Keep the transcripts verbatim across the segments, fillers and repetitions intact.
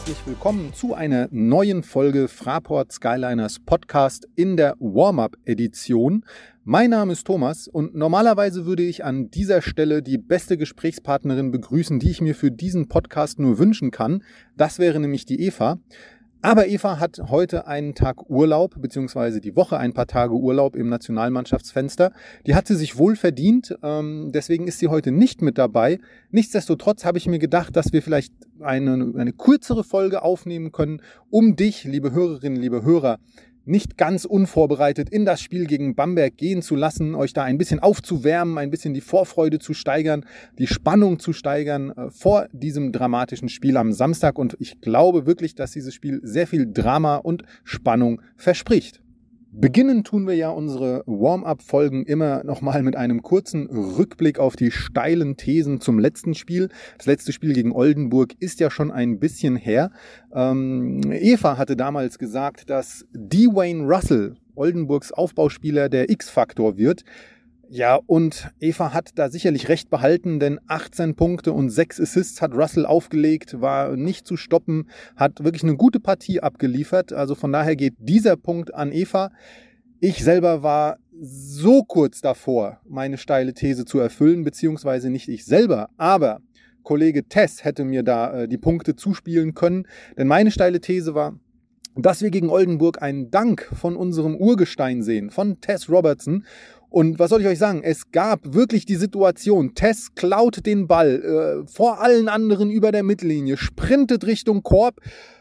herzlich willkommen zu einer neuen Folge Fraport Skyliners Podcast in der Warm-Up-Edition. Mein Name ist Thomas und normalerweise würde ich an dieser Stelle die beste Gesprächspartnerin begrüßen, die ich mir für diesen Podcast nur wünschen kann. Das wäre nämlich die Eva. Aber Eva hat heute einen Tag Urlaub, beziehungsweise die Woche ein paar Tage Urlaub im Nationalmannschaftsfenster. Die hat sie sich wohl verdient, ähm, deswegen ist sie heute nicht mit dabei. Nichtsdestotrotz habe ich mir gedacht, dass wir vielleicht eine, eine kürzere Folge aufnehmen können, um dich, liebe Hörerinnen, liebe Hörer, nicht ganz unvorbereitet in das Spiel gegen Bamberg gehen zu lassen, euch da ein bisschen aufzuwärmen, ein bisschen die Vorfreude zu steigern, die Spannung zu steigern äh, vor diesem dramatischen Spiel am Samstag. Und ich glaube wirklich, dass dieses Spiel sehr viel Drama und Spannung verspricht. Beginnen tun wir ja unsere Warm-Up-Folgen immer nochmal mit einem kurzen Rückblick auf die steilen Thesen zum letzten Spiel. Das letzte Spiel gegen Oldenburg ist ja schon ein bisschen her. Ähm, Eva hatte damals gesagt, dass Dwayne Russell, Oldenburgs Aufbauspieler, der X-Faktor wird. Ja, und Eva hat da sicherlich recht behalten, denn achtzehn Punkte und sechs Assists hat Russell aufgelegt, war nicht zu stoppen, hat wirklich eine gute Partie abgeliefert. Also von daher geht dieser Punkt an Eva. Ich selber war so kurz davor, meine steile These zu erfüllen, beziehungsweise nicht ich selber, aber Kollege Tess hätte mir da äh, die Punkte zuspielen können, denn meine steile These war, dass wir gegen Oldenburg einen Dank von unserem Urgestein sehen, von Tess Robertson. Und was soll ich euch sagen? Es gab wirklich die Situation, Tess klaut den Ball äh, vor allen anderen über der Mittellinie, sprintet Richtung Korb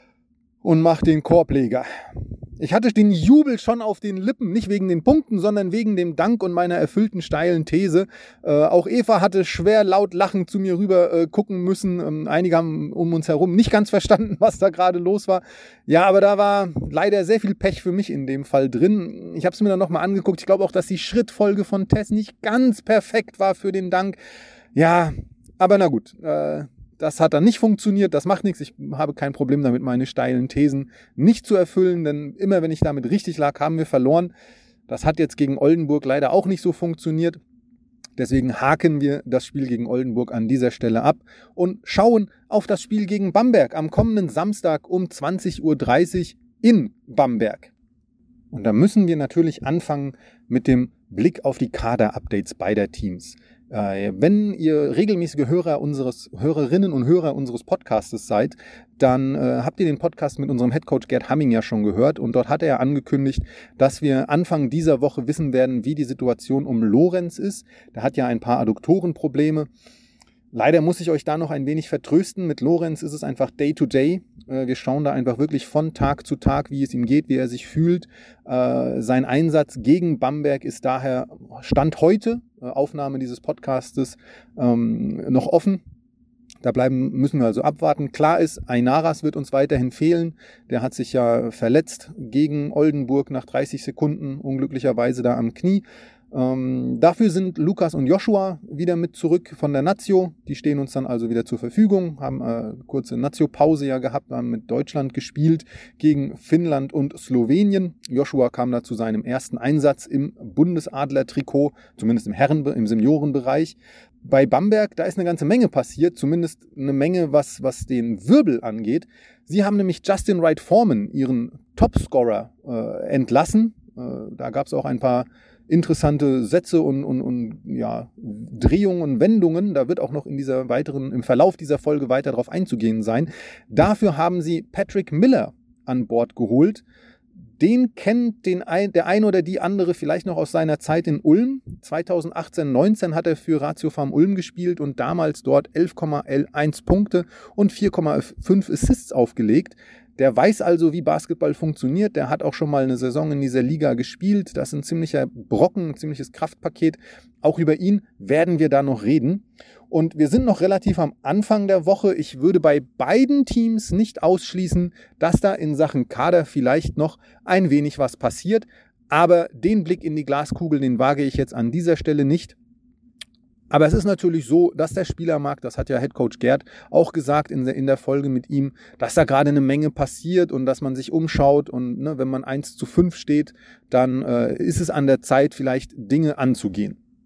und macht den Korbleger. Ich hatte den Jubel schon auf den Lippen, nicht wegen den Punkten, sondern wegen dem Dank und meiner erfüllten steilen These. Äh, auch Eva hatte schwer laut lachend zu mir rüber äh, gucken müssen. Ähm, einige haben um uns herum nicht ganz verstanden, was da gerade los war. Ja, aber da war leider sehr viel Pech für mich in dem Fall drin. Ich habe es mir dann nochmal angeguckt. Ich glaube auch, dass die Schrittfolge von Tess nicht ganz perfekt war für den Dank. Ja, aber na gut, äh, das hat dann nicht funktioniert, das macht nichts. Ich habe kein Problem damit, meine steilen Thesen nicht zu erfüllen, denn immer wenn ich damit richtig lag, haben wir verloren. Das hat jetzt gegen Oldenburg leider auch nicht so funktioniert. Deswegen haken wir das Spiel gegen Oldenburg an dieser Stelle ab und schauen auf das Spiel gegen Bamberg am kommenden Samstag um zwanzig Uhr dreißig in Bamberg. Und da müssen wir natürlich anfangen mit dem Blick auf die Kader-Updates beider Teams. Äh, wenn ihr regelmäßige Hörer unseres, Hörerinnen und Hörer unseres Podcastes seid, dann äh, habt ihr den Podcast mit unserem Headcoach Gerd Hamming ja schon gehört und dort hat er angekündigt, dass wir Anfang dieser Woche wissen werden, wie die Situation um Lorenz ist. Der hat ja ein paar Adduktorenprobleme. Leider muss ich euch da noch ein wenig vertrösten. Mit Lorenz ist es einfach Day to Day. Wir schauen da einfach wirklich von Tag zu Tag, wie es ihm geht, wie er sich fühlt. Sein Einsatz gegen Bamberg ist daher Stand heute, Aufnahme dieses Podcastes, noch offen. Da bleiben, müssen wir also abwarten. Klar ist, Einaras wird uns weiterhin fehlen. Der hat sich ja verletzt gegen Oldenburg nach dreißig Sekunden, unglücklicherweise da am Knie. Ähm, dafür sind Lukas und Joshua wieder mit zurück von der Nazio. Die stehen uns dann also wieder zur Verfügung, haben äh, kurze Nazio-Pause ja gehabt, haben mit Deutschland gespielt gegen Finnland und Slowenien. Joshua kam da zu seinem ersten Einsatz im Bundesadler-Trikot, zumindest im Herren-, im Seniorenbereich. Bei Bamberg, da ist eine ganze Menge passiert, zumindest eine Menge, was, was den Wirbel angeht. Sie haben nämlich Justin Wright-Foreman, ihren Topscorer, äh, entlassen. Äh, da gab es auch ein paar interessante Sätze und, und, und ja, Drehungen und Wendungen. Da wird auch noch in dieser weiteren, im Verlauf dieser Folge weiter darauf einzugehen sein. Dafür haben sie Patrick Miller an Bord geholt. Den kennt den ein, der ein oder die andere vielleicht noch aus seiner Zeit in Ulm. zweitausendachtzehn neunzehn hat er für Ratio Farm Ulm gespielt und damals dort elf Komma eins Punkte und vier Komma fünf Assists aufgelegt. Der weiß also, wie Basketball funktioniert. Der hat auch schon mal eine Saison in dieser Liga gespielt. Das ist ein ziemlicher Brocken, ein ziemliches Kraftpaket. Auch über ihn werden wir da noch reden. Und wir sind noch relativ am Anfang der Woche. Ich würde bei beiden Teams nicht ausschließen, dass da in Sachen Kader vielleicht noch ein wenig was passiert. Aber den Blick in die Glaskugel, den wage ich jetzt an dieser Stelle nicht. Aber es ist natürlich so, dass der Spielermarkt, das hat ja Headcoach Gerd auch gesagt in der, in der Folge mit ihm, dass da gerade eine Menge passiert und dass man sich umschaut und ne, wenn man eins zu fünf steht, dann äh, ist es an der Zeit, vielleicht Dinge anzugehen.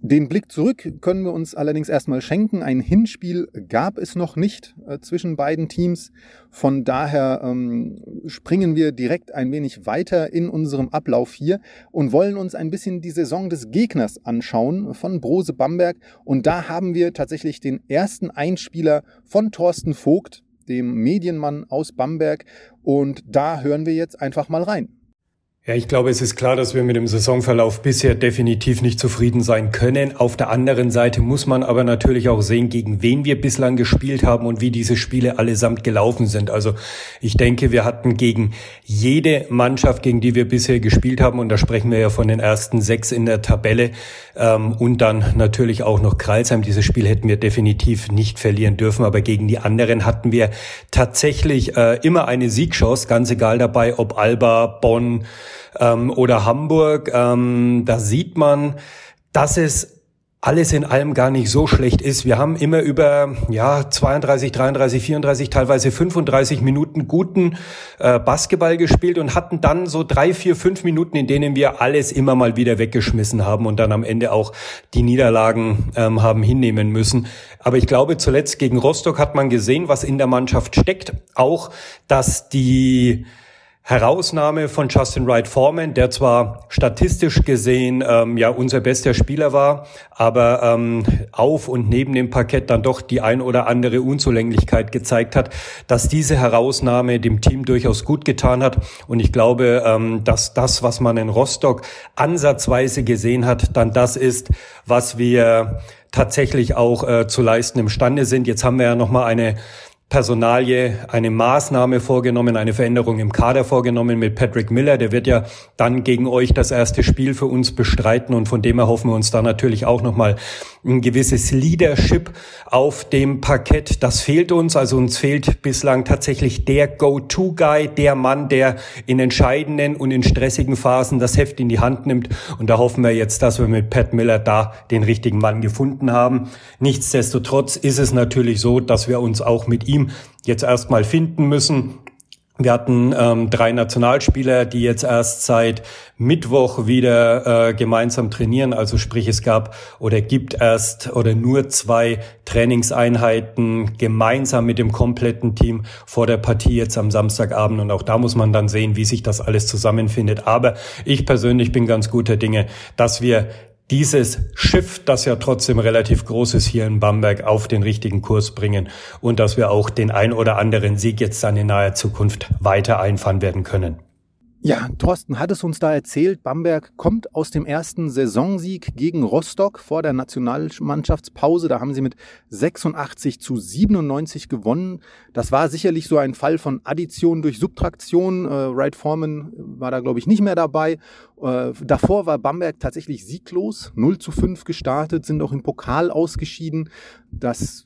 Den Blick zurück können wir uns allerdings erstmal schenken. Ein Hinspiel gab es noch nicht äh, zwischen beiden Teams. Von daher ähm, springen wir direkt ein wenig weiter in unserem Ablauf hier und wollen uns ein bisschen die Saison des Gegners anschauen von Brose Bamberg. Und da haben wir tatsächlich den ersten Einspieler von Thorsten Vogt, dem Medienmann aus Bamberg. Und da hören wir jetzt einfach mal rein. Ja, ich glaube, es ist klar, dass wir mit dem Saisonverlauf bisher definitiv nicht zufrieden sein können. Auf der anderen Seite muss man aber natürlich auch sehen, gegen wen wir bislang gespielt haben und wie diese Spiele allesamt gelaufen sind. Also ich denke, wir hatten gegen jede Mannschaft, gegen die wir bisher gespielt haben, und da sprechen wir ja von den ersten sechs in der Tabelle, ähm, und dann natürlich auch noch Crailsheim. Dieses Spiel hätten wir definitiv nicht verlieren dürfen, aber gegen die anderen hatten wir tatsächlich äh, immer eine Siegchance, ganz egal dabei, ob Alba, Bonn, Ähm, oder Hamburg. Ähm, da sieht man, dass es alles in allem gar nicht so schlecht ist. Wir haben immer über ja zweiunddreißig, dreiunddreißig, vierunddreißig, teilweise fünfunddreißig Minuten guten äh, Basketball gespielt und hatten dann so drei, vier, fünf Minuten, in denen wir alles immer mal wieder weggeschmissen haben und dann am Ende auch die Niederlagen ähm, haben hinnehmen müssen. Aber ich glaube, zuletzt gegen Rostock hat man gesehen, was in der Mannschaft steckt. Auch, dass die Herausnahme von Justin Wright Foreman, der zwar statistisch gesehen ähm, ja unser bester Spieler war, aber ähm, auf und neben dem Parkett dann doch die ein oder andere Unzulänglichkeit gezeigt hat, dass diese Herausnahme dem Team durchaus gut getan hat. Und ich glaube, ähm, dass das, was man in Rostock ansatzweise gesehen hat, dann das ist, was wir tatsächlich auch äh, zu leisten imstande sind. Jetzt haben wir ja nochmal eine Personalie, eine Maßnahme vorgenommen, eine Veränderung im Kader vorgenommen mit Patrick Miller. Der wird ja dann gegen euch das erste Spiel für uns bestreiten und von dem erhoffen wir uns da natürlich auch nochmal ein gewisses Leadership auf dem Parkett. Das fehlt uns, also uns fehlt bislang tatsächlich der Go-To-Guy, der Mann, der in entscheidenden und in stressigen Phasen das Heft in die Hand nimmt, und da hoffen wir jetzt, dass wir mit Pat Miller da den richtigen Mann gefunden haben. Nichtsdestotrotz ist es natürlich so, dass wir uns auch mit ihm jetzt erstmal finden müssen. Wir hatten ähm, drei Nationalspieler, die jetzt erst seit Mittwoch wieder äh, gemeinsam trainieren. Also sprich, es gab oder gibt erst oder nur zwei Trainingseinheiten gemeinsam mit dem kompletten Team vor der Partie jetzt am Samstagabend. Und auch da muss man dann sehen, wie sich das alles zusammenfindet. Aber ich persönlich bin ganz guter Dinge, dass wir dieses Schiff, das ja trotzdem relativ groß ist hier in Bamberg, auf den richtigen Kurs bringen und dass wir auch den ein oder anderen Sieg jetzt dann in naher Zukunft weiter einfahren werden können. Ja, Thorsten hat es uns da erzählt, Bamberg kommt aus dem ersten Saisonsieg gegen Rostock vor der Nationalmannschaftspause. Da haben sie mit sechsundachtzig zu siebenundneunzig gewonnen. Das war sicherlich so ein Fall von Addition durch Subtraktion. Äh, Wright Foreman war da, glaube ich, nicht mehr dabei. Äh, davor war Bamberg tatsächlich sieglos, null zu fünf gestartet, sind auch im Pokal ausgeschieden. Das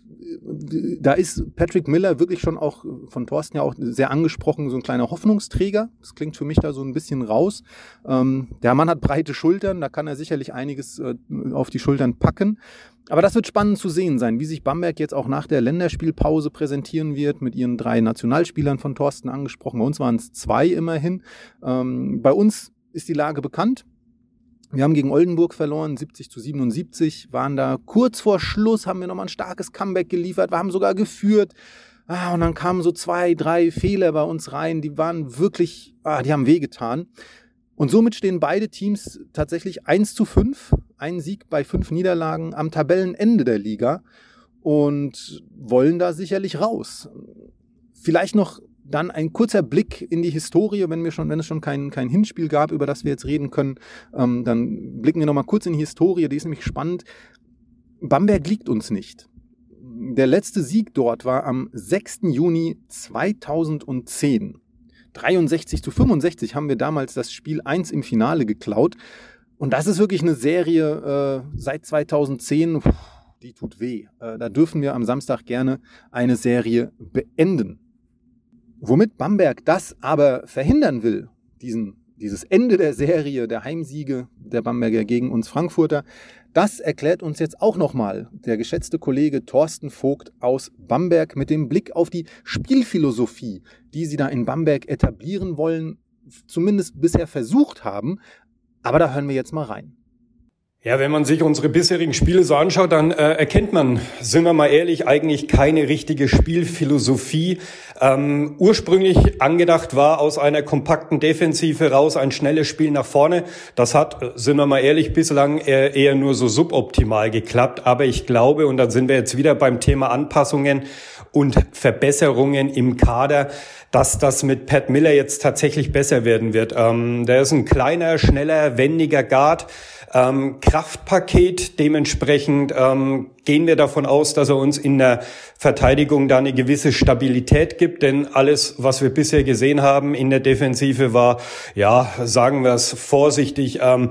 Da ist Patrick Miller wirklich schon auch von Thorsten ja auch sehr angesprochen, so ein kleiner Hoffnungsträger. Das klingt für mich da so ein bisschen raus. Ähm, der Mann hat breite Schultern, da kann er sicherlich einiges äh, auf die Schultern packen. Aber das wird spannend zu sehen sein, wie sich Bamberg jetzt auch nach der Länderspielpause präsentieren wird, mit ihren drei Nationalspielern von Thorsten angesprochen. Bei uns waren es zwei immerhin. Ähm, bei uns ist die Lage bekannt. Wir haben gegen Oldenburg verloren, siebzig zu siebenundsiebzig, waren da kurz vor Schluss, haben wir nochmal ein starkes Comeback geliefert, wir haben sogar geführt. Ah, und dann kamen so zwei, drei Fehler bei uns rein, die waren wirklich, ah, die haben wehgetan. Und somit stehen beide Teams tatsächlich eins zu fünf, ein Sieg bei fünf Niederlagen am Tabellenende der Liga und wollen da sicherlich raus. Vielleicht noch dann ein kurzer Blick in die Historie, wenn wir schon, wenn es schon kein, kein Hinspiel gab, über das wir jetzt reden können, ähm, dann blicken wir nochmal kurz in die Historie, die ist nämlich spannend. Bamberg liegt uns nicht. Der letzte Sieg dort war am sechsten Juni zweitausendzehn. dreiundsechzig zu fünfundsechzig haben wir damals das Spiel eins im Finale geklaut. Und das ist wirklich eine Serie äh, seit zweitausendzehn, pff, die tut weh. Äh, da dürfen wir am Samstag gerne eine Serie beenden. Womit Bamberg das aber verhindern will, diesen, dieses Ende der Serie der Heimsiege der Bamberger gegen uns Frankfurter, das erklärt uns jetzt auch nochmal der geschätzte Kollege Thorsten Vogt aus Bamberg mit dem Blick auf die Spielphilosophie, die sie da in Bamberg etablieren wollen, zumindest bisher versucht haben. Aber da hören wir jetzt mal rein. Ja, wenn man sich unsere bisherigen Spiele so anschaut, dann äh, erkennt man, sind wir mal ehrlich, eigentlich keine richtige Spielphilosophie. Ähm, ursprünglich angedacht war aus einer kompakten Defensive raus ein schnelles Spiel nach vorne. Das hat, sind wir mal ehrlich, bislang eher, eher nur so suboptimal geklappt. Aber ich glaube, und dann sind wir jetzt wieder beim Thema Anpassungen und Verbesserungen im Kader, dass das mit Pat Miller jetzt tatsächlich besser werden wird. Ähm, der ist ein kleiner, schneller, wendiger Guard. Ähm, Kraftpaket, dementsprechend ähm, gehen wir davon aus, dass er uns in der Verteidigung da eine gewisse Stabilität gibt, denn alles, was wir bisher gesehen haben in der Defensive war, ja, sagen wir es vorsichtig, ähm,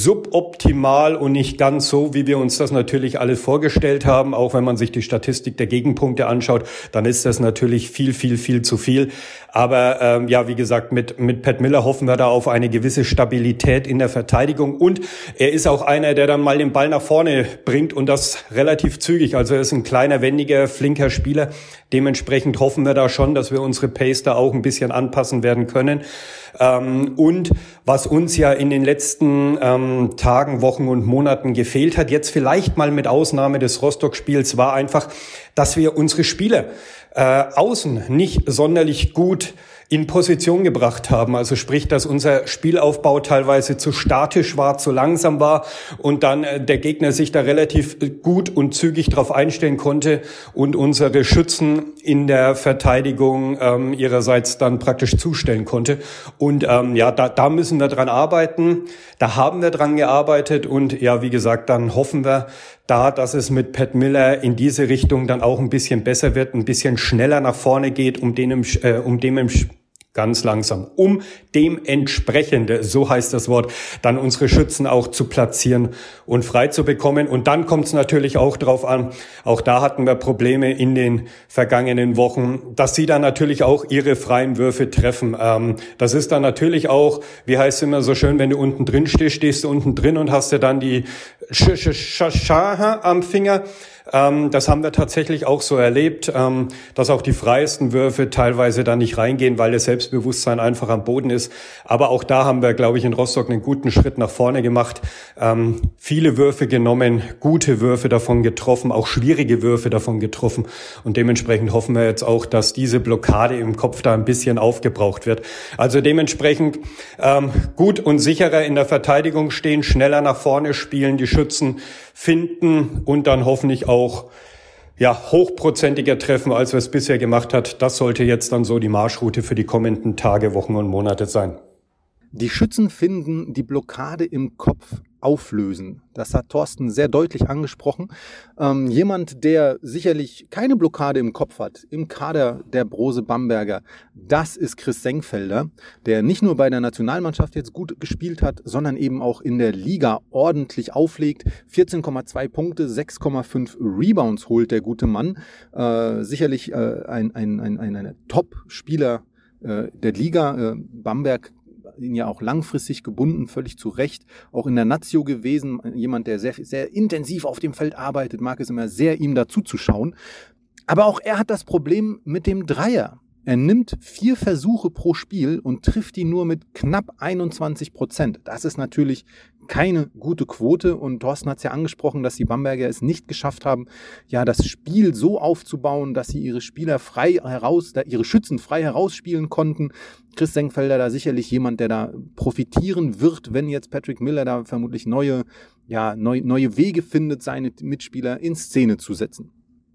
suboptimal und nicht ganz so, wie wir uns das natürlich alle vorgestellt haben. Auch wenn man sich die Statistik der Gegenpunkte anschaut, dann ist das natürlich viel, viel, viel zu viel. Aber ähm, ja, wie gesagt, mit mit Pat Miller hoffen wir da auf eine gewisse Stabilität in der Verteidigung, und er ist auch einer, der dann mal den Ball nach vorne bringt und das relativ zügig. Also er ist ein kleiner, wendiger, flinker Spieler. Dementsprechend hoffen wir da schon, dass wir unsere Pace da auch ein bisschen anpassen werden können. Ähm, und was uns ja in den letzten ähm, Tagen, Wochen und Monaten gefehlt hat, jetzt vielleicht mal mit Ausnahme des Rostock-Spiels, war einfach, dass wir unsere Spieler äh, außen nicht sonderlich gut in Position gebracht haben. Also sprich, dass unser Spielaufbau teilweise zu statisch war, zu langsam war und dann äh, der Gegner sich da relativ gut und zügig drauf einstellen konnte und unsere Schützen in der Verteidigung ähm, ihrerseits dann praktisch zustellen konnte. Und ähm, ja, da, da müssen wir dran arbeiten. Da haben wir dran gearbeitet, und ja, wie gesagt, dann hoffen wir da, dass es mit Pat Miller in diese Richtung dann auch ein bisschen besser wird, ein bisschen schneller nach vorne geht, um dem, äh, um dem im ganz langsam, um dementsprechend, so heißt das Wort, dann unsere Schützen auch zu platzieren und frei zu bekommen. Und dann kommt es natürlich auch drauf an, auch da hatten wir Probleme in den vergangenen Wochen, dass sie dann natürlich auch ihre freien Würfe treffen. Ähm, das ist dann natürlich auch, wie heißt es immer so schön, wenn du unten drin stehst, stehst du unten drin und hast ja dann die Sch Sch Sch Sch am Finger. Ähm, das haben wir tatsächlich auch so erlebt, ähm, dass auch die freiesten Würfe teilweise da nicht reingehen, weil das Selbstbewusstsein einfach am Boden ist. Aber auch da haben wir, glaube ich, in Rostock einen guten Schritt nach vorne gemacht. Ähm, viele Würfe genommen, gute Würfe davon getroffen, auch schwierige Würfe davon getroffen. Und dementsprechend hoffen wir jetzt auch, dass diese Blockade im Kopf da ein bisschen aufgebraucht wird. Also dementsprechend ähm, gut und sicherer in der Verteidigung stehen, schneller nach vorne spielen, die Schützen finden und dann hoffentlich auch ja hochprozentiger treffen, als wir es bisher gemacht hat. Das sollte jetzt dann so die Marschroute für die kommenden Tage, Wochen und Monate sein. Die Schützen finden, die Blockade im Kopf auflösen. Das hat Thorsten sehr deutlich angesprochen. Ähm, jemand, der sicherlich keine Blockade im Kopf hat, im Kader der Brose Bamberger, das ist Chris Senkfelder, der nicht nur bei der Nationalmannschaft jetzt gut gespielt hat, sondern eben auch in der Liga ordentlich auflegt. vierzehn Komma zwei Punkte, sechs Komma fünf Rebounds holt der gute Mann. Äh, sicherlich äh, ein, ein, ein, ein, ein Top-Spieler äh, der Liga. Äh, Bamberg ihn ja auch langfristig gebunden, völlig zu Recht, auch in der Nazio gewesen, jemand, der sehr, sehr intensiv auf dem Feld arbeitet, mag es immer sehr, ihm dazu zu schauen. Aber auch er hat das Problem mit dem Dreier. Er nimmt vier Versuche pro Spiel und trifft die nur mit knapp einundzwanzig Prozent. Das ist natürlich keine gute Quote, und Thorsten hat es ja angesprochen, dass die Bamberger es nicht geschafft haben, ja, das Spiel so aufzubauen, dass sie ihre Spieler frei heraus, da ihre Schützen frei herausspielen konnten. Chris Senkfelder da sicherlich jemand, der da profitieren wird, wenn jetzt Patrick Miller da vermutlich neue, ja, neu, neue Wege findet, seine Mitspieler in Szene zu setzen.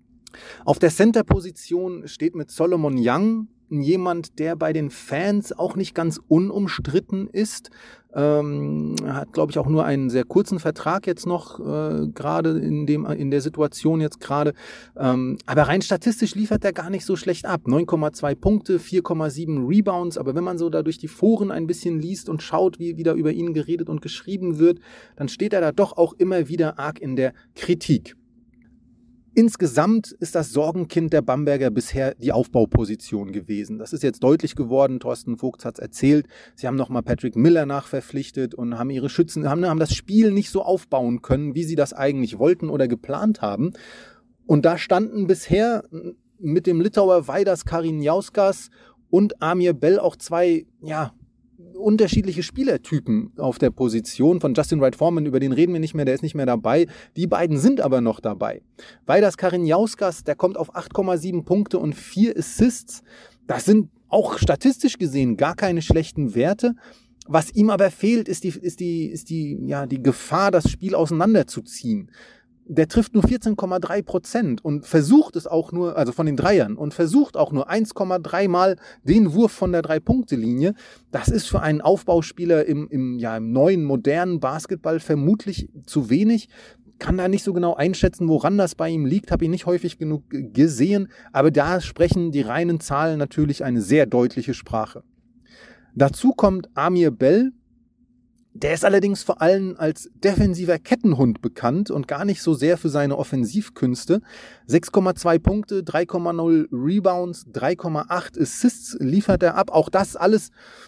Auf der Center-Position steht mit Solomon Young jemand, der bei den Fans auch nicht ganz unumstritten ist. Ähm, hat, glaube ich, auch nur einen sehr kurzen Vertrag jetzt noch, äh, gerade in dem in der Situation jetzt gerade. Ähm, aber rein statistisch liefert er gar nicht so schlecht ab. neun Komma zwei Punkte, vier Komma sieben Rebounds. Aber wenn man so da durch die Foren ein bisschen liest und schaut, wie wieder über ihn geredet und geschrieben wird, dann steht er da doch auch immer wieder arg in der Kritik. Insgesamt ist das Sorgenkind der Bamberger bisher die Aufbauposition gewesen. Das ist jetzt deutlich geworden. Thorsten Vogt hat es erzählt. Sie haben nochmal Patrick Miller nachverpflichtet und haben ihre Schützen, haben, haben das Spiel nicht so aufbauen können, wie sie das eigentlich wollten oder geplant haben. Und da standen bisher mit dem Litauer Vaidas Kariniauskas und Amir Bell auch zwei, ja, unterschiedliche Spielertypen auf der Position. Von Justin Wright-Foreman, über den reden wir nicht mehr, der ist nicht mehr dabei. Die beiden sind aber noch dabei. Vaidas Kariņauskas, der kommt auf acht Komma sieben Punkte und vier Assists. Das sind auch statistisch gesehen gar keine schlechten Werte. Was ihm aber fehlt, ist die, ist die, ist die, ja, die Gefahr, das Spiel auseinanderzuziehen. Der trifft nur vierzehn Komma drei Prozent und versucht es auch nur, also von den Dreiern, und versucht auch nur eins Komma drei Mal den Wurf von der Drei-Punkte-Linie. Das ist für einen Aufbauspieler im, im, ja, im neuen, modernen Basketball vermutlich zu wenig. Kann da nicht so genau einschätzen, woran das bei ihm liegt, habe ihn nicht häufig genug gesehen, aber da sprechen die reinen Zahlen natürlich eine sehr deutliche Sprache. Dazu kommt Amir Bell. Der ist allerdings vor allem als defensiver Kettenhund bekannt und gar nicht so sehr für seine Offensivkünste. sechs Komma zwei Punkte, drei Komma null Rebounds, drei Komma acht Assists liefert er ab. Auch das alles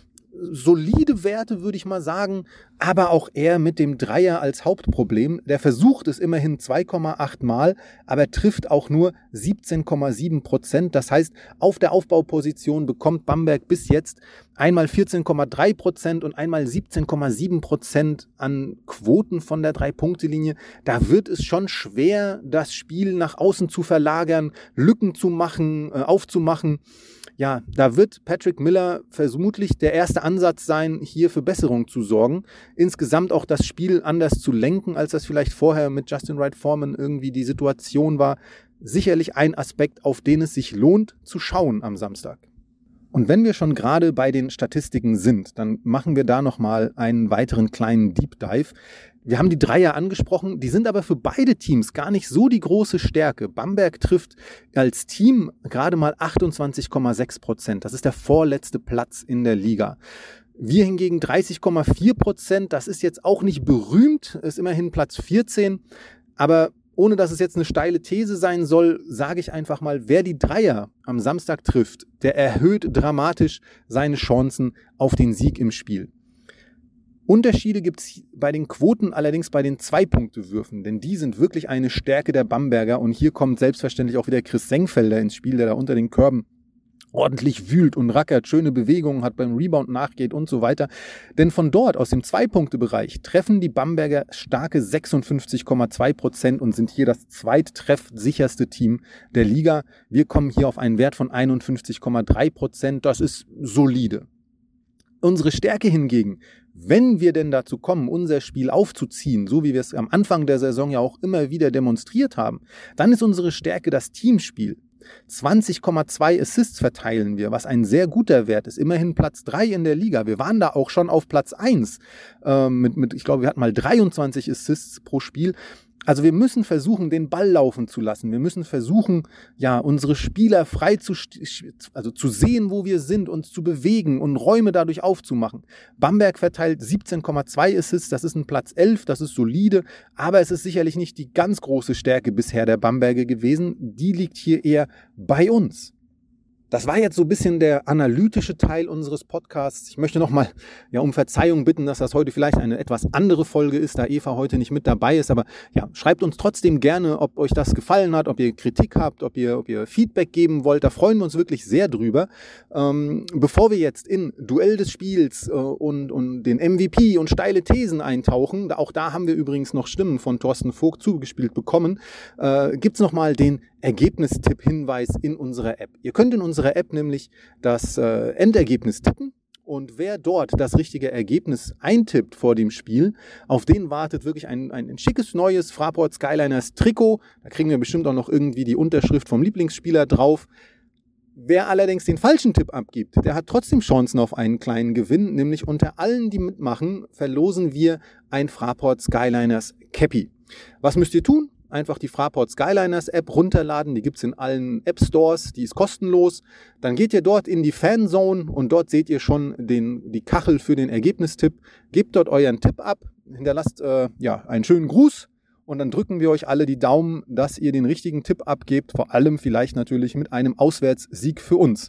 solide Werte, würde ich mal sagen, aber auch er mit dem Dreier als Hauptproblem. Der versucht es immerhin zwei Komma acht Mal, aber trifft auch nur siebzehn Komma sieben Prozent. Das heißt, auf der Aufbauposition bekommt Bamberg bis jetzt einmal vierzehn Komma drei Prozent und einmal siebzehn Komma sieben Prozent an Quoten von der Drei-Punkte-Linie. Da wird es schon schwer, das Spiel nach außen zu verlagern, Lücken zu machen, äh, aufzumachen. Ja, da wird Patrick Miller vermutlich der erste Ansatz sein, hier für Besserung zu sorgen. Insgesamt auch das Spiel anders zu lenken, als das vielleicht vorher mit Justin Wright-Foreman irgendwie die Situation war. Sicherlich ein Aspekt, auf den es sich lohnt zu schauen am Samstag. Und wenn wir schon gerade bei den Statistiken sind, dann machen wir da nochmal einen weiteren kleinen Deep Dive. Wir haben die Dreier angesprochen, die sind aber für beide Teams gar nicht so die große Stärke. Bamberg trifft als Team gerade mal achtundzwanzig Komma sechs Prozent. Das ist der vorletzte Platz in der Liga. Wir hingegen dreißig Komma vier Prozent. Das ist jetzt auch nicht berühmt, ist immerhin Platz vierzehn. Aber ohne dass es jetzt eine steile These sein soll, sage ich einfach mal, wer die Dreier am Samstag trifft, der erhöht dramatisch seine Chancen auf den Sieg im Spiel. Unterschiede gibt es bei den Quoten allerdings bei den Zwei-Punkte-Würfen, denn die sind wirklich eine Stärke der Bamberger und hier kommt selbstverständlich auch wieder Chris Senkfelder ins Spiel, der da unter den Körben ordentlich wühlt und rackert, schöne Bewegungen hat, beim Rebound nachgeht und so weiter. Denn von dort, aus dem Zwei-Punkte-Bereich, treffen die Bamberger starke sechsundfünfzig Komma zwei Prozent und sind hier das zweittreffsicherste Team der Liga. Wir kommen hier auf einen Wert von einundfünfzig Komma drei Prozent, das ist solide. Unsere Stärke hingegen, wenn wir denn dazu kommen, unser Spiel aufzuziehen, so wie wir es am Anfang der Saison ja auch immer wieder demonstriert haben, dann ist unsere Stärke das Teamspiel. zwanzig Komma zwei Assists verteilen wir, was ein sehr guter Wert ist. Immerhin Platz drei in der Liga. Wir waren da auch schon auf Platz eins. Äh, mit, mit, ich glaube, wir hatten mal dreiundzwanzig Assists pro Spiel. Also wir müssen versuchen, den Ball laufen zu lassen. Wir müssen versuchen, ja, unsere Spieler frei zu, also zu sehen, wo wir sind, uns zu bewegen und Räume dadurch aufzumachen. Bamberg verteilt siebzehn Komma zwei Assists, das ist ein Platz elf, das ist solide, aber es ist sicherlich nicht die ganz große Stärke bisher der Bamberger gewesen. Die liegt hier eher bei uns. Das war jetzt so ein bisschen der analytische Teil unseres Podcasts. Ich möchte nochmal ja, um Verzeihung bitten, dass das heute vielleicht eine etwas andere Folge ist, da Eva heute nicht mit dabei ist. Aber ja, schreibt uns trotzdem gerne, ob euch das gefallen hat, ob ihr Kritik habt, ob ihr, ob ihr Feedback geben wollt. Da freuen wir uns wirklich sehr drüber. Ähm, bevor wir jetzt in Duell des Spiels äh, und, und den M V P und steile Thesen eintauchen, auch da haben wir übrigens noch Stimmen von Thorsten Vogt zugespielt bekommen, äh, gibt es nochmal den Ergebnistipp-Hinweis in unserer App. Ihr könnt in unserer App nämlich das äh, Endergebnis tippen und wer dort das richtige Ergebnis eintippt vor dem Spiel, auf den wartet wirklich ein, ein, ein schickes neues Fraport Skyliners Trikot. Da kriegen wir bestimmt auch noch irgendwie die Unterschrift vom Lieblingsspieler drauf. Wer allerdings den falschen Tipp abgibt, der hat trotzdem Chancen auf einen kleinen Gewinn, nämlich unter allen, die mitmachen, verlosen wir ein Fraport Skyliners Cappy. Was müsst ihr tun? Einfach die Fraport Skyliners App runterladen, die gibt es in allen App Stores, die ist kostenlos. Dann geht ihr dort in die Fanzone und dort seht ihr schon den, die Kachel für den Ergebnistipp. Gebt dort euren Tipp ab, hinterlasst äh, ja, einen schönen Gruß und dann drücken wir euch alle die Daumen, dass ihr den richtigen Tipp abgebt, vor allem vielleicht natürlich mit einem Auswärtssieg für uns.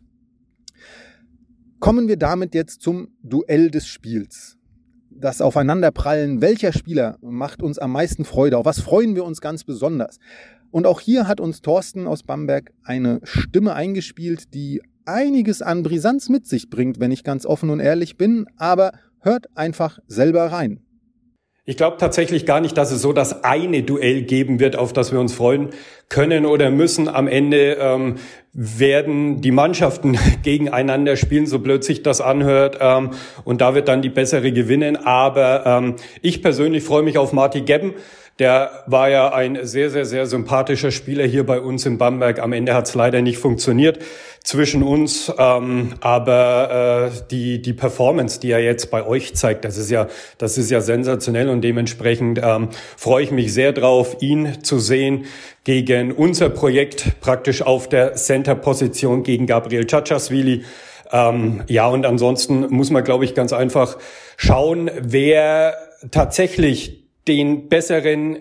Kommen wir damit jetzt zum Duell des Spiels. Das Aufeinanderprallen, welcher Spieler macht uns am meisten Freude, auf was freuen wir uns ganz besonders. Und auch hier hat uns Thorsten aus Bamberg eine Stimme eingespielt, die einiges an Brisanz mit sich bringt, wenn ich ganz offen und ehrlich bin, aber hört einfach selber rein. Ich glaube tatsächlich gar nicht, dass es so das eine Duell geben wird, auf das wir uns freuen können oder müssen. Am Ende ähm, werden die Mannschaften gegeneinander spielen, so blöd sich das anhört. Ähm, und da wird dann die bessere gewinnen. Aber ähm, ich persönlich freue mich auf Marty Gebben. Der war ja ein sehr, sehr, sehr sympathischer Spieler hier bei uns in Bamberg. Am Ende hat es leider nicht funktioniert zwischen uns, ähm, aber äh, die die Performance, die er jetzt bei euch zeigt, das ist ja das ist ja sensationell und dementsprechend ähm, freue ich mich sehr drauf, ihn zu sehen gegen unser Projekt praktisch auf der Center-Position gegen Gabriel Tsatschaschwili. Ähm, ja, und ansonsten muss man, glaube ich, ganz einfach schauen, wer tatsächlich den besseren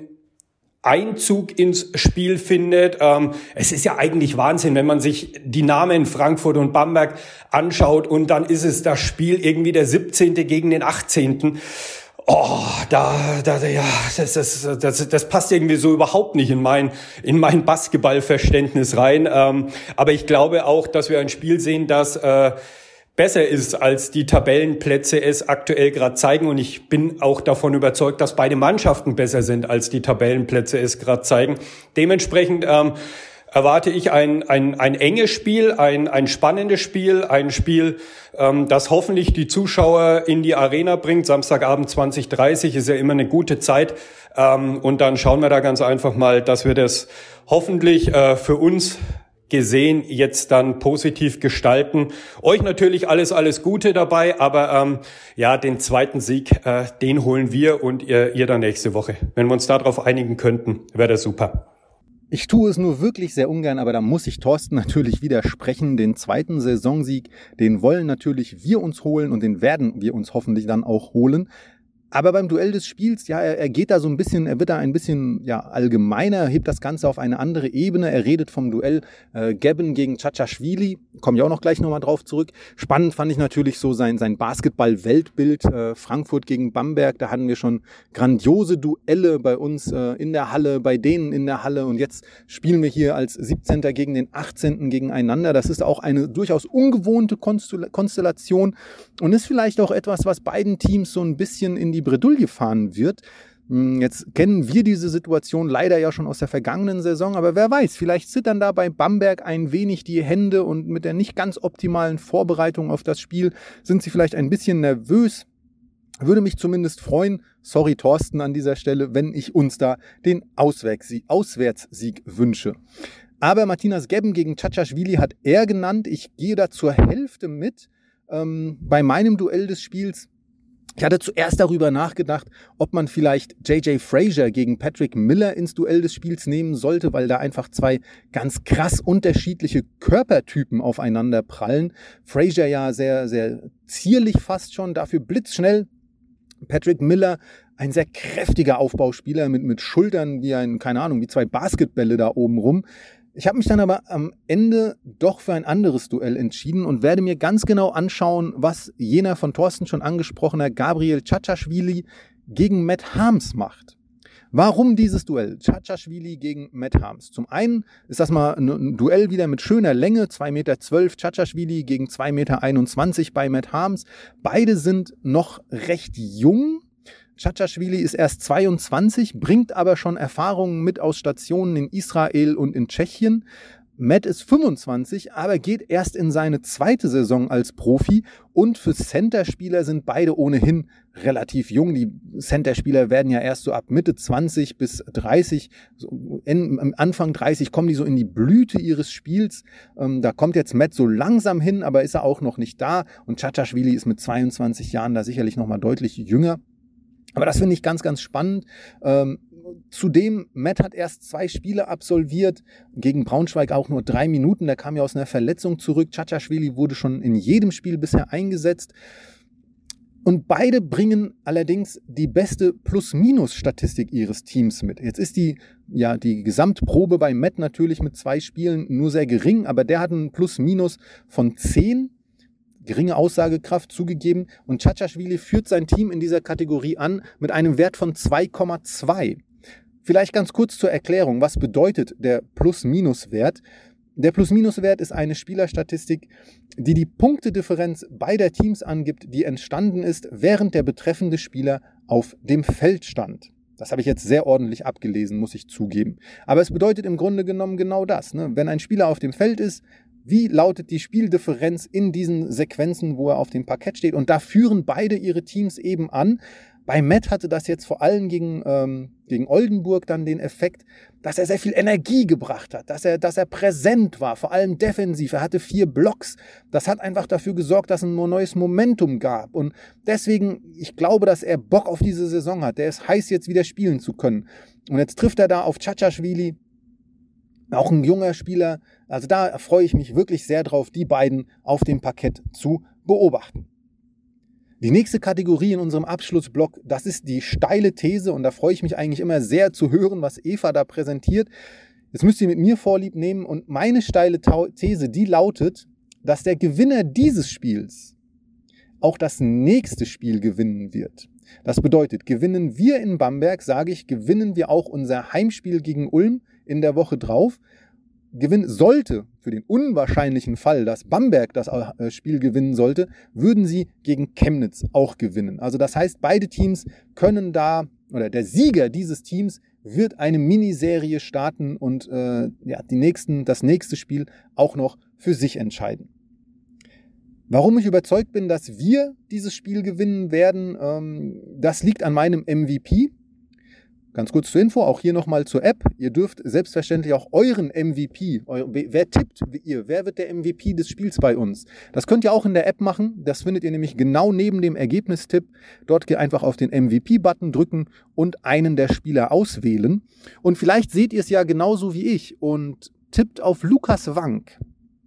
Einzug ins Spiel findet. Ähm, es ist ja eigentlich Wahnsinn, wenn man sich die Namen Frankfurt und Bamberg anschaut und dann ist es das Spiel irgendwie der siebzehnte gegen den achtzehnten Oh, da, da, ja, das, das, das, das passt irgendwie so überhaupt nicht in mein, in mein Basketballverständnis rein. Ähm, aber ich glaube auch, dass wir ein Spiel sehen, das äh, besser ist, als die Tabellenplätze es aktuell gerade zeigen. Und ich bin auch davon überzeugt, dass beide Mannschaften besser sind, als die Tabellenplätze es gerade zeigen. Dementsprechend ähm, erwarte ich ein, ein, ein enges Spiel, ein, ein spannendes Spiel, ein Spiel, ähm, das hoffentlich die Zuschauer in die Arena bringt. Samstagabend zwanzig Uhr dreißig ist ja immer eine gute Zeit. Ähm, und dann schauen wir da ganz einfach mal, dass wir das hoffentlich äh, für uns gesehen jetzt dann positiv gestalten. Euch natürlich alles, alles Gute dabei, aber ähm, ja, den zweiten Sieg, äh, den holen wir und ihr, ihr dann nächste Woche. Wenn wir uns darauf einigen könnten, wäre das super. Ich tue es nur wirklich sehr ungern, aber da muss ich Thorsten natürlich widersprechen. Den zweiten Saisonsieg, den wollen natürlich wir uns holen und den werden wir uns hoffentlich dann auch holen. Aber beim Duell des Spiels, ja, er, er geht da so ein bisschen, er wird da ein bisschen ja, allgemeiner, hebt das Ganze auf eine andere Ebene. Er redet vom Duell äh, Gebben gegen Tsatschaschwili. Komme ich auch noch gleich nochmal drauf zurück. Spannend fand ich natürlich so sein, sein Basketball-Weltbild. Äh, Frankfurt gegen Bamberg, da hatten wir schon grandiose Duelle bei uns äh, in der Halle, bei denen in der Halle. Und jetzt spielen wir hier als siebzehnter gegen den achtzehnten gegeneinander. Das ist auch eine durchaus ungewohnte Konstellation und ist vielleicht auch etwas, was beiden Teams so ein bisschen in die Bredouille fahren wird. Jetzt kennen wir diese Situation leider ja schon aus der vergangenen Saison, aber wer weiß, vielleicht zittern da bei Bamberg ein wenig die Hände und mit der nicht ganz optimalen Vorbereitung auf das Spiel sind sie vielleicht ein bisschen nervös. Würde mich zumindest freuen, sorry Thorsten an dieser Stelle, wenn ich uns da den Auswärtssieg, Auswärtssieg wünsche. Aber Martinas Gebben gegen Tsatschaschwili hat er genannt. Ich gehe da zur Hälfte mit. Ähm, bei meinem Duell des Spiels Ich hatte zuerst darüber nachgedacht, ob man vielleicht J J Frazier gegen Patrick Miller ins Duell des Spiels nehmen sollte, weil da einfach zwei ganz krass unterschiedliche Körpertypen aufeinander prallen. Frazier ja sehr, sehr zierlich fast schon, dafür blitzschnell. Patrick Miller, ein sehr kräftiger Aufbauspieler mit, mit Schultern wie ein, keine Ahnung, wie zwei Basketbälle da oben rum. Ich habe mich dann aber am Ende doch für ein anderes Duell entschieden und werde mir ganz genau anschauen, was jener von Thorsten schon angesprochener Gabriel Tsatschaschwili gegen Matt Harms macht. Warum dieses Duell? Tsatschaschwili gegen Matt Harms. Zum einen ist das mal ein Duell wieder mit schöner Länge, zwei Meter zwölf Tsatschaschwili gegen zwei Meter einundzwanzig bei Matt Harms. Beide sind noch recht jung. Tsatschaschwili ist erst zweiundzwanzig, bringt aber schon Erfahrungen mit aus Stationen in Israel und in Tschechien. Matt ist fünfundzwanzig, aber geht erst in seine zweite Saison als Profi und für Centerspieler sind beide ohnehin relativ jung. Die Centerspieler werden ja erst so ab Mitte zwanzig bis dreißig, so am Anfang dreißig kommen die so in die Blüte ihres Spiels. Ähm, da kommt jetzt Matt so langsam hin, aber ist er auch noch nicht da und Tsatschaschwili ist mit zweiundzwanzig Jahren da sicherlich nochmal deutlich jünger. Aber das finde ich ganz, ganz spannend. Ähm, zudem, Matt hat erst zwei Spiele absolviert, gegen Braunschweig auch nur drei Minuten. Der kam ja aus einer Verletzung zurück. Tsatschaschwili wurde schon in jedem Spiel bisher eingesetzt. Und beide bringen allerdings die beste Plus-Minus-Statistik ihres Teams mit. Jetzt ist die, ja, die Gesamtprobe bei Matt natürlich mit zwei Spielen nur sehr gering, aber der hat ein Plus-Minus von zehn. Geringe Aussagekraft zugegeben und Tsatschaschwili führt sein Team in dieser Kategorie an mit einem Wert von zwei Komma zwei. Vielleicht ganz kurz zur Erklärung, was bedeutet der Plus-Minus-Wert? Der Plus-Minus-Wert ist eine Spielerstatistik, die die Punktedifferenz beider Teams angibt, die entstanden ist, während der betreffende Spieler auf dem Feld stand. Das habe ich jetzt sehr ordentlich abgelesen, muss ich zugeben. Aber es bedeutet im Grunde genommen genau das. Ne? Wenn ein Spieler auf dem Feld ist, wie lautet die Spieldifferenz in diesen Sequenzen, wo er auf dem Parkett steht? Und da führen beide ihre Teams eben an. Bei Matt hatte das jetzt vor allem gegen, ähm, gegen Oldenburg dann den Effekt, dass er sehr viel Energie gebracht hat, dass er, dass er präsent war, vor allem defensiv. Er hatte vier Blocks. Das hat einfach dafür gesorgt, dass es ein neues Momentum gab. Und deswegen, ich glaube, dass er Bock auf diese Saison hat. Der ist heiß, jetzt wieder spielen zu können. Und jetzt trifft er da auf Tschatschashvili, auch ein junger Spieler. Also da freue ich mich wirklich sehr drauf, die beiden auf dem Parkett zu beobachten. Die nächste Kategorie in unserem Abschlussblock, das ist die steile These und da freue ich mich eigentlich immer sehr zu hören, was Eva da präsentiert. Jetzt müsst ihr mit mir Vorlieb nehmen und meine steile These, die lautet, dass der Gewinner dieses Spiels auch das nächste Spiel gewinnen wird. Das bedeutet, gewinnen wir in Bamberg, sage ich, gewinnen wir auch unser Heimspiel gegen Ulm in der Woche drauf. Gewinnen sollte, für den unwahrscheinlichen Fall, dass Bamberg das Spiel gewinnen sollte, würden sie gegen Chemnitz auch gewinnen. Also das heißt, beide Teams können da, oder der Sieger dieses Teams wird eine Miniserie starten und äh, ja, die nächsten, das nächste Spiel auch noch für sich entscheiden. Warum ich überzeugt bin, dass wir dieses Spiel gewinnen werden, ähm, das liegt an meinem M V P. Ganz kurz zur Info, auch hier nochmal zur App. Ihr dürft selbstverständlich auch euren M V P, euer, wer tippt ihr, wer wird der M V P des Spiels bei uns? Das könnt ihr auch in der App machen. Das findet ihr nämlich genau neben dem Ergebnistipp. Dort einfach auf den M V P-Button drücken und einen der Spieler auswählen. Und vielleicht seht ihr es ja genauso wie ich und tippt auf Lukas Wank.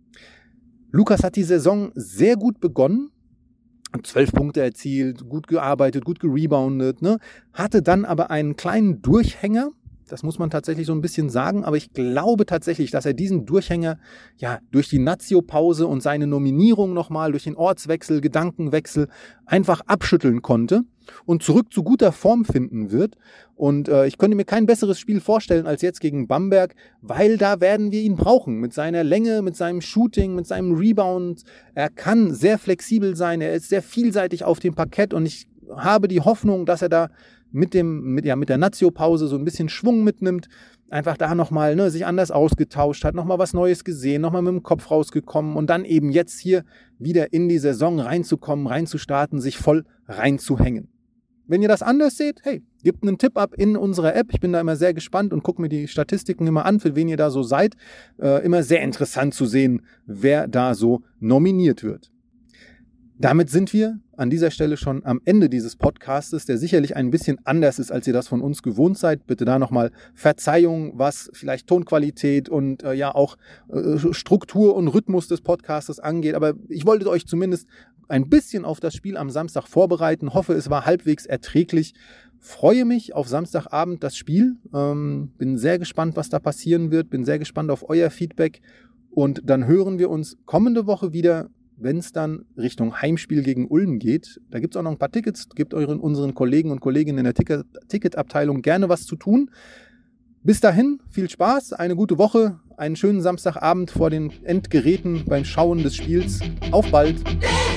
Lukas hat die Saison sehr gut begonnen. Zwölf Punkte erzielt, gut gearbeitet, gut gereboundet, ne? Hatte dann aber einen kleinen Durchhänger, das muss man tatsächlich so ein bisschen sagen, aber ich glaube tatsächlich, dass er diesen Durchhänger ja durch die Nazio-Pause und seine Nominierung nochmal, durch den Ortswechsel, Gedankenwechsel einfach abschütteln konnte und zurück zu guter Form finden wird. Und äh, ich könnte mir kein besseres Spiel vorstellen als jetzt gegen Bamberg, weil da werden wir ihn brauchen. Mit seiner Länge, mit seinem Shooting, mit seinem Rebound. Er kann sehr flexibel sein, er ist sehr vielseitig auf dem Parkett und ich habe die Hoffnung, dass er da mit dem, mit, ja, mit der Nazio-Pause so ein bisschen Schwung mitnimmt, einfach da nochmal, ne, sich anders ausgetauscht hat, nochmal was Neues gesehen, nochmal mit dem Kopf rausgekommen und dann eben jetzt hier wieder in die Saison reinzukommen, reinzustarten, sich voll reinzuhängen. Wenn ihr das anders seht, hey, gebt einen Tipp ab in unserer App. Ich bin da immer sehr gespannt und gucke mir die Statistiken immer an, für wen ihr da so seid. Äh, immer sehr interessant zu sehen, wer da so nominiert wird. Damit sind wir an dieser Stelle schon am Ende dieses Podcastes, der sicherlich ein bisschen anders ist, als ihr das von uns gewohnt seid. Bitte da nochmal Verzeihung, was vielleicht Tonqualität und äh, ja auch äh, Struktur und Rhythmus des Podcastes angeht. Aber ich wollte euch zumindest ein bisschen auf das Spiel am Samstag vorbereiten. Hoffe, es war halbwegs erträglich. Freue mich auf Samstagabend das Spiel. Ähm, bin sehr gespannt, was da passieren wird. Bin sehr gespannt auf euer Feedback. Und dann hören wir uns kommende Woche wieder, wenn es dann Richtung Heimspiel gegen Ulm geht. Da gibt es auch noch ein paar Tickets. Gebt euren, unseren Kollegen und Kolleginnen in der Ticket, Ticketabteilung gerne was zu tun. Bis dahin, viel Spaß, eine gute Woche, einen schönen Samstagabend vor den Endgeräten beim Schauen des Spiels. Auf bald!